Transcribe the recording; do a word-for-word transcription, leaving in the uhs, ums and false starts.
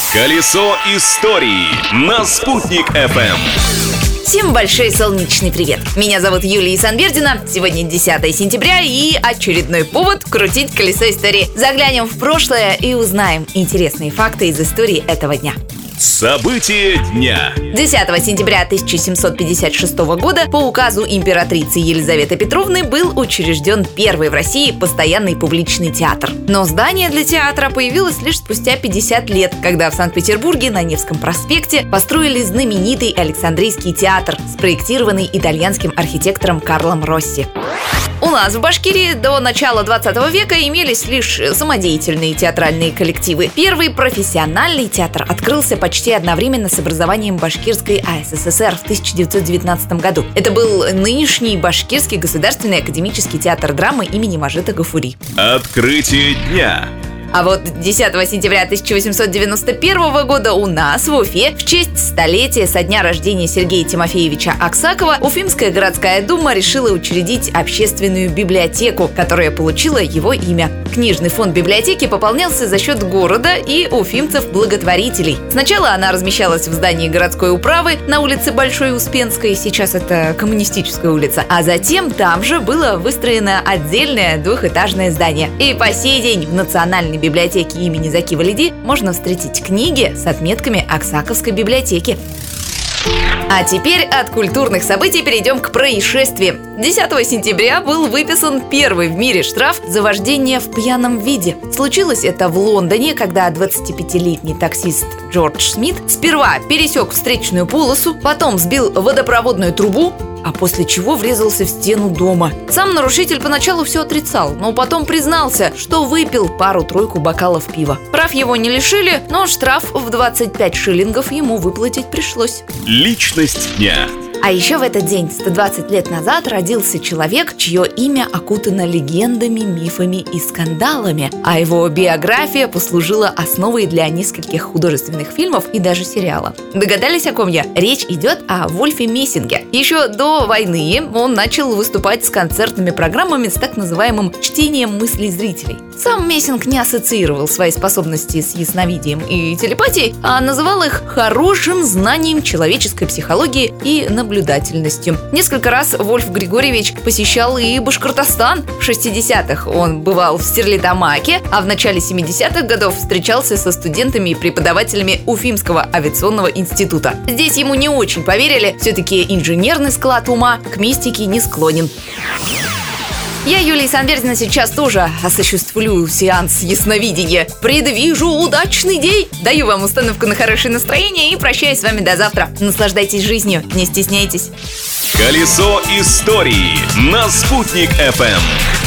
Колесо истории на Спутник эф эм. Всем большой солнечный привет! Меня зовут Юлия Санбердина. Сегодня десятое сентября и очередной повод крутить колесо истории. Заглянем в прошлое и узнаем интересные факты из истории этого дня. События дня. десятого сентября тысяча семьсот пятьдесят шестого года по указу императрицы Елизаветы Петровны был учрежден первый в России постоянный публичный театр. Но здание для театра появилось лишь спустя пятьдесят лет, когда в Санкт-Петербурге на Невском проспекте построили знаменитый Александрийский театр, спроектированный итальянским архитектором Карлом Росси. У нас в Башкирии до начала двадцатого века имелись лишь самодеятельные театральные коллективы. Первый профессиональный театр открылся почти одновременно с образованием Башкирской а эс эс эс эр в тысяча девятьсот девятнадцатом году. Это был нынешний Башкирский государственный академический театр драмы имени Мажита Гафури. Открытие дня. А вот десятого сентября тысяча восемьсот девяносто первого года у нас в Уфе в честь столетия со дня рождения Сергея Тимофеевича Аксакова Уфимская городская дума решила учредить общественную библиотеку, которая получила его имя. Книжный фонд библиотеки пополнялся за счет города и уфимцев-благотворителей. Сначала она размещалась в здании городской управы на улице Большой Успенской, сейчас это Коммунистическая улица, а затем там же было выстроено отдельное двухэтажное здание. И по сей день в Национальной библиотеке имени Заки Валиди можно встретить книги с отметками Аксаковской библиотеки. А теперь от культурных событий перейдем к происшествиям. десятого сентября был выписан первый в мире штраф за вождение в пьяном виде. Случилось это в Лондоне, когда двадцатипятилетний таксист Джордж Смит сперва пересек встречную полосу, потом сбил водопроводную трубу, а после чего врезался в стену дома. Сам нарушитель поначалу все отрицал, но потом признался, что выпил пару-тройку бокалов пива. Прав его не лишили, но штраф в двадцать пять шиллингов ему выплатить пришлось. Личность дня. А еще в этот день, сто двадцать лет назад, родился человек, чье имя окутано легендами, мифами и скандалами, а его биография послужила основой для нескольких художественных фильмов и даже сериала. Догадались, о ком я? Речь идет о Вольфе Мессинге. Еще до войны он начал выступать с концертными программами с так называемым чтением мыслей зрителей. Сам Мессинг не ассоциировал свои способности с ясновидением и телепатией, а называл их хорошим знанием человеческой психологии и наблюдательностью. Несколько раз Вольф Григорьевич посещал и Башкортостан. В шестидесятых он бывал в Стерлитамаке, а в начале семидесятых годов встречался со студентами и преподавателями Уфимского авиационного института. Здесь ему не очень поверили, все-таки инженерный склад ума к мистике не склонен. Я, Юлия Санбердина, сейчас тоже осуществлю сеанс ясновидения. Предвижу удачный день. Даю вам установку на хорошее настроение и прощаюсь с вами до завтра. Наслаждайтесь жизнью, не стесняйтесь. Колесо истории на Спутник эф эм.